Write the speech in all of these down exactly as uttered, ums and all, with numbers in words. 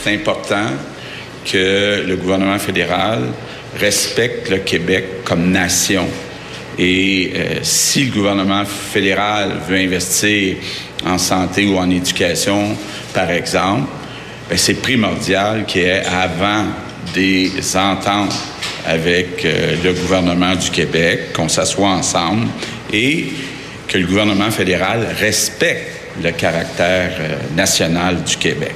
c'est important que le gouvernement fédéral respecte le Québec comme nation. Et euh, si le gouvernement fédéral veut investir en santé ou en éducation, par exemple, bien, c'est primordial qu'il y ait avant des ententes avec euh, le gouvernement du Québec, qu'on s'assoie ensemble et que le gouvernement fédéral respecte le caractère euh, national du Québec.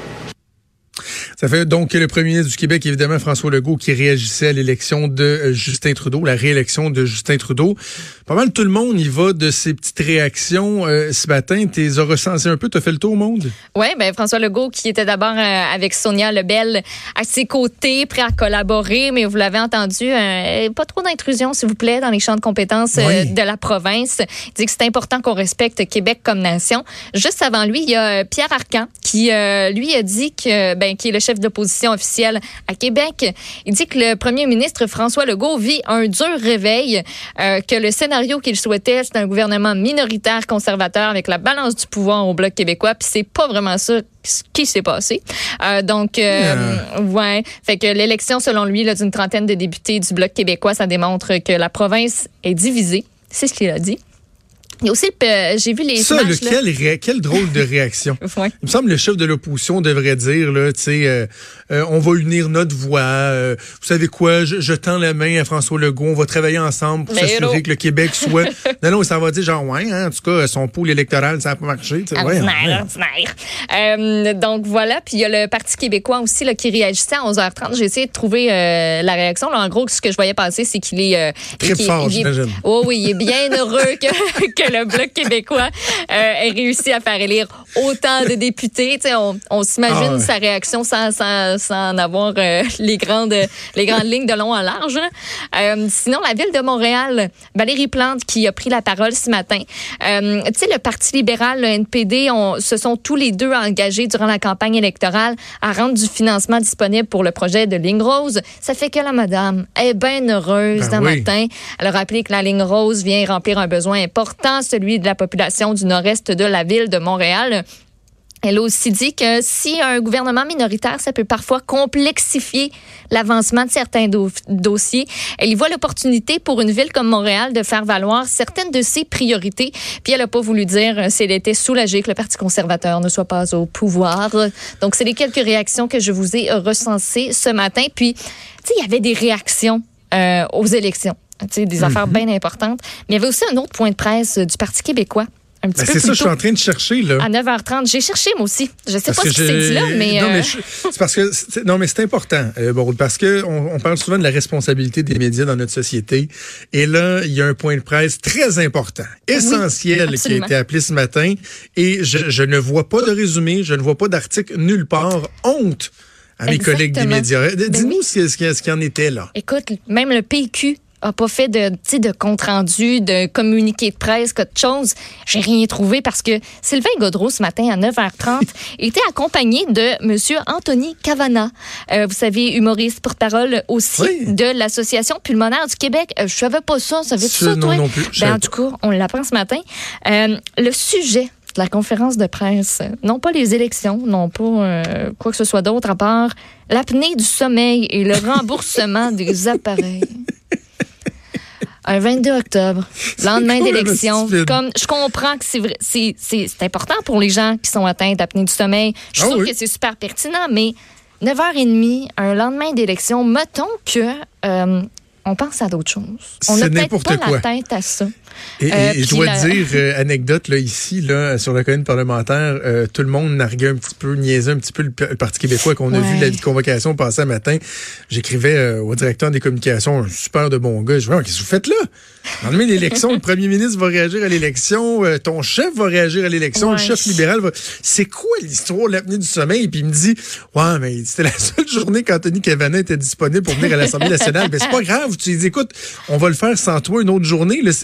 Ça fait donc le premier ministre du Québec, évidemment, François Legault, qui réagissait à l'élection de Justin Trudeau, la réélection de Justin Trudeau. Pas mal tout le monde y va de ces petites réactions euh, ce matin. Tu les as recensées un peu, tu as fait le tour au monde? Oui, bien François Legault, qui était d'abord euh, avec Sonia Lebel à ses côtés, prêt à collaborer, mais vous l'avez entendu, euh, pas trop d'intrusion, s'il vous plaît, dans les champs de compétences euh, oui. de la province. Il dit que c'est important qu'on respecte Québec comme nation. Juste avant lui, il y a Pierre Arcan, qui, euh, lui, a dit que, ben, qui est le chef de l'opposition officielle à Québec. Il dit que le premier ministre François Legault vit un dur réveil, euh, que le scénario qu'il souhaitait, c'est un gouvernement minoritaire conservateur avec la balance du pouvoir au Bloc québécois, puis c'est pas vraiment ça ce qui s'est passé. Euh, donc, euh, yeah. ouais, fait que l'élection, selon lui, là, d'une trentaine de députés du Bloc québécois, ça démontre que la province est divisée. C'est ce qu'il a dit. Il y a aussi, le, j'ai vu les ça, images, le, quel, ré, quel drôle de réaction. Ouais. Il me semble que le chef de l'opposition devrait dire, là, tu sais, euh, euh, on va unir notre voix. Euh, vous savez quoi, je, je tends la main à François Legault, on va travailler ensemble pour Mais s'assurer non. que le Québec soit... non, non, ça va dire genre, ouais, hein, en tout cas, son pôle électoral, ça n'a pas marché. Ordinaire, ouais, ordinaire. Euh, donc voilà, puis il y a le Parti québécois aussi là, qui réagissait à onze heures trente. J'ai essayé de trouver euh, la réaction. Là, en gros, ce que je voyais passer, c'est qu'il est... Euh, Très qu'il, fort, il, j'imagine. Oh oui, il est bien heureux que, que le Bloc québécois euh, ait réussi à faire élire autant de députés. T'sais, on, on s'imagine ah ouais. sa réaction sans, sans, sans en avoir euh, les, grandes, les grandes lignes de long en large. Euh, sinon, la Ville de Montréal, Valérie Plante qui a pris la parole ce matin. Euh, tu sais, le Parti libéral, le N P D, on, se sont tous les deux engagés durant la campagne électorale à rendre du financement disponible pour le projet de Ligne Rose. Ça fait que la madame est bien heureuse ben d'un oui. matin. Elle a rappelé que la Ligne Rose vient remplir un besoin important, celui de la population du nord-est de la Ville de Montréal. Elle a aussi dit que si un gouvernement minoritaire, ça peut parfois complexifier l'avancement de certains do- dossiers. Elle y voit l'opportunité pour une ville comme Montréal de faire valoir certaines de ses priorités. Puis elle n'a pas voulu dire si elle était soulagée que le Parti conservateur ne soit pas au pouvoir. Donc, c'est les quelques réactions que je vous ai recensées ce matin. Puis, tu sais, il y avait des réactions euh, aux élections. Tu sais, des mm-hmm. affaires bien importantes. Mais il y avait aussi un autre point de presse du Parti québécois. Un petit ben peu c'est ça, je suis en train de chercher, là. À neuf heures trente. J'ai cherché, moi aussi. Je sais parce pas ce qui s'est dit là, mais... Non, euh... mais je... c'est parce que... C'est... Non, mais c'est important, euh, bon, parce que on, on parle souvent de la responsabilité des médias dans notre société. Et là, il y a un point de presse très important, essentiel, oui, qui a été appelé ce matin. Et je, je ne vois pas de résumé, je ne vois pas d'article nulle part. Honte à mes Exactement. collègues des médias. Ben Dis-nous oui. ce, ce, ce qu'il y en était, là. Écoute, même le P Q a pas fait de, tu sais, de compte-rendu, de communiqué de presse, quelque chose. J'ai rien trouvé parce que Sylvain Gaudreault, ce matin, à neuf heures trente, était accompagné de M. Anthony Cavana. Euh, vous savez, humoriste, porte-parole aussi oui. de l'Association pulmonaire du Québec. Euh, je savais pas ça. Ça veut tout ça, toi? Non, non plus. Ben, en tout cas, on l'apprend ce matin. Euh, le sujet de la conférence de presse, non pas les élections, non pas euh, quoi que ce soit d'autre, à part l'apnée du sommeil et le remboursement des appareils. Un vingt-deux octobre, lendemain d'élection. Comme je comprends que c'est vrai, c'est, c'est, c'est important pour les gens qui sont atteints d'apnée du sommeil. Je suis ah sûre oui. que c'est super pertinent, mais neuf heures trente, un lendemain d'élection, mettons que euh, on pense à d'autres choses. On n'a peut-être pas quoi. la tête à ça. Et, euh, et je dois la... dire, euh, anecdote, là, ici, là, sur la colline parlementaire, euh, tout le monde narguait un petit peu, niaisait un petit peu le, le Parti québécois qu'on ouais. a vu la convocation passer un matin. J'écrivais euh, au directeur des communications, un super de bon gars. Je dis, qu'est-ce que vous faites là? Lendemain d'élection, le premier ministre va réagir à l'élection, euh, ton chef va réagir à l'élection, ouais. le chef libéral va... C'est quoi l'histoire de l'apnée du sommeil? Puis il me dit, ouais, mais c'était la seule journée qu'Anthony Cavana était disponible pour venir à l'Assemblée nationale. Mais c'est pas grave. Tu dis, écoute, on va le faire sans toi une autre journée. Là, ouais.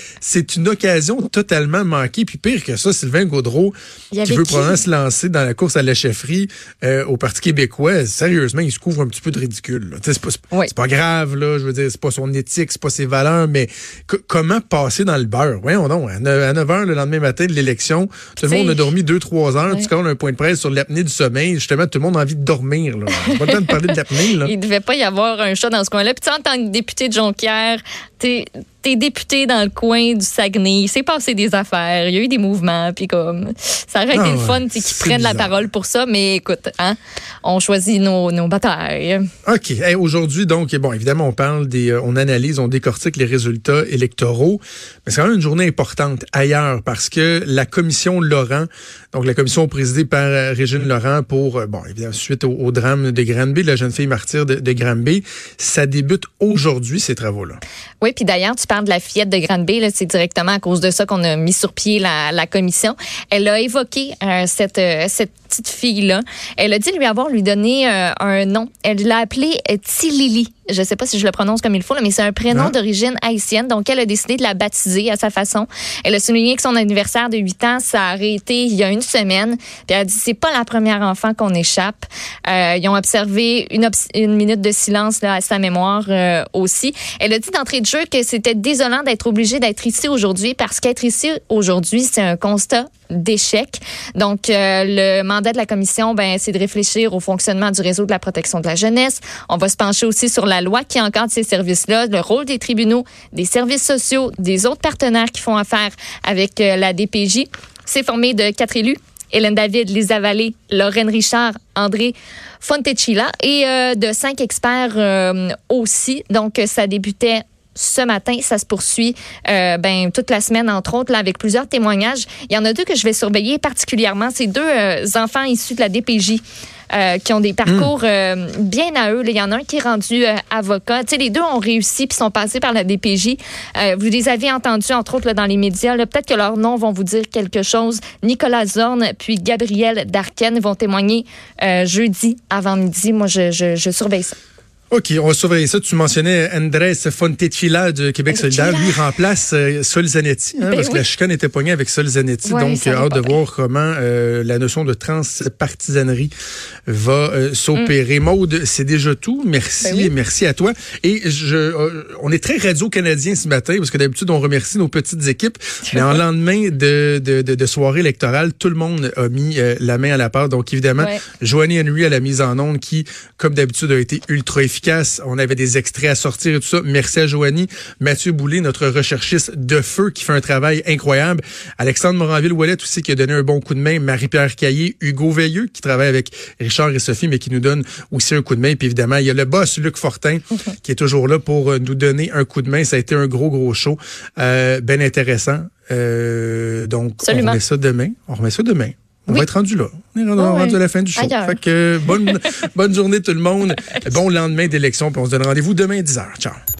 c'est une occasion totalement manquée. Puis pire que ça, Sylvain Gaudreault, qui veut qui? probablement se lancer dans la course à la chefferie euh, au Parti québécois, sérieusement, il se couvre un petit peu de ridicule. C'est pas, oui. c'est pas grave, là, je veux dire, c'est pas son éthique, c'est pas ses valeurs, mais c- comment passer dans le beurre? Voyons donc, à neuf heures le lendemain matin de l'élection, tout le monde a dormi deux trois heures, oui. tu colles un point de presse sur l'apnée du sommeil, justement, tout le monde a envie de dormir. Là. C'est pas le temps de parler de l'apnée. Là. Il devait pas y avoir un chat dans ce coin-là. Puis tu sais, en tant que député de Jonquière, t'es, t'es député dans le coin du Saguenay, il s'est passé des affaires, il y a eu des mouvements, puis comme, ça aurait été ah, le fun ouais, qu'ils prennent bizarre. la parole pour ça, mais écoute, hein, on choisit nos, nos batailles. OK. Hey, aujourd'hui, donc, bon, évidemment, on parle des, on analyse, on décortique les résultats électoraux, mais c'est quand même une journée importante ailleurs, parce que la commission Laurent, donc la commission présidée par Régine Laurent pour, bon, évidemment, suite au, au drame de Granby, la jeune fille martyre de, de Granby, ça débute aujourd'hui, ces travaux-là. Oui, puis d'ailleurs, tu parles de la fillette de Granby, là, c'est directement à cause de ça qu'on a mis sur pied la, la commission. Elle a évoqué euh, cette, euh, cette petite fille-là. Elle a dit lui avoir lui donné euh, un nom. Elle l'a appelée euh, Tilili. Je ne sais pas si je le prononce comme il faut, là, mais c'est un prénom non. d'origine haïtienne. Donc, elle a décidé de la baptiser à sa façon. Elle a souligné que son anniversaire de huit ans, ça a arrêté il y a une semaine. Puis elle a dit, c'est pas la première enfant qu'on échappe. Euh, ils ont observé une, obs- une minute de silence là, à sa mémoire euh, aussi. Elle a dit d'entrée de jeu que c'était désolant d'être obligée d'être ici aujourd'hui parce qu'être ici aujourd'hui, c'est un constat d'échec. Donc, euh, le mandat de la commission, ben, c'est de réfléchir au fonctionnement du réseau de la protection de la jeunesse. On va se pencher aussi sur la loi qui encadre ces services-là, le rôle des tribunaux, des services sociaux, des autres partenaires qui font affaire avec euh, la D P J. C'est formé de quatre élus. Hélène David, Lisa Vallée, Lorraine Richard, André Fontecchila et euh, de cinq experts euh, aussi. Donc, ça débutait ce matin, ça se poursuit euh, ben, toute la semaine, entre autres, là, avec plusieurs témoignages. Il y en a deux que je vais surveiller particulièrement. C'est deux euh, enfants issus de la D P J euh, qui ont des parcours euh, bien à eux. Là, il y en a un qui est rendu euh, avocat. Tu sais, les deux ont réussi puis sont passés par la D P J. Euh, vous les avez entendus, entre autres, là, dans les médias. Là, peut-être que leurs noms vont vous dire quelque chose. Nicolas Zorn puis Gabriel Darken vont témoigner euh, jeudi avant midi. Moi, je, je, je surveille ça. OK, on va surveiller ça. Tu mentionnais Andrés Fontecchila de Québec solidaire. Lui, il remplace euh, Sol Zanetti, hein, ben parce oui. que la chicane était poignée avec Sol Zanetti. Ouais, donc, hâte de voir comment euh, la notion de transpartisanerie va euh, s'opérer. Mm. Maude, c'est déjà tout. Merci, ben oui. merci à toi. Et je, euh, on est très radio-canadien ce matin, parce que d'habitude, on remercie nos petites équipes. Mais en lendemain de, de, de, de soirée électorale, tout le monde a mis euh, la main à la pâte. Donc, évidemment, ouais. Joanie Henry à la mise en onde qui, comme d'habitude, a été ultra efficace. On avait des extraits à sortir et tout ça. Merci à Joanie. Mathieu Boulay, notre recherchiste de feu, qui fait un travail incroyable. Alexandre Moranville-Ouellet aussi, qui a donné un bon coup de main. Marie-Pierre Caillé, Hugo Veilleux, qui travaille avec Richard et Sophie, mais qui nous donne aussi un coup de main. Puis évidemment, il y a le boss, Luc Fortin, okay. qui est toujours là pour nous donner un coup de main. Ça a été un gros, gros show. Euh, ben intéressant. Euh, donc, Absolument. on remet ça demain. On remet ça demain. On oui. va être rendu là. On est rendu, oh, rendu oui. à la fin du show. Ailleurs. Fait que bonne, bonne journée tout le monde. Bon lendemain d'élection. Puis on se donne rendez-vous demain à dix heures. Ciao.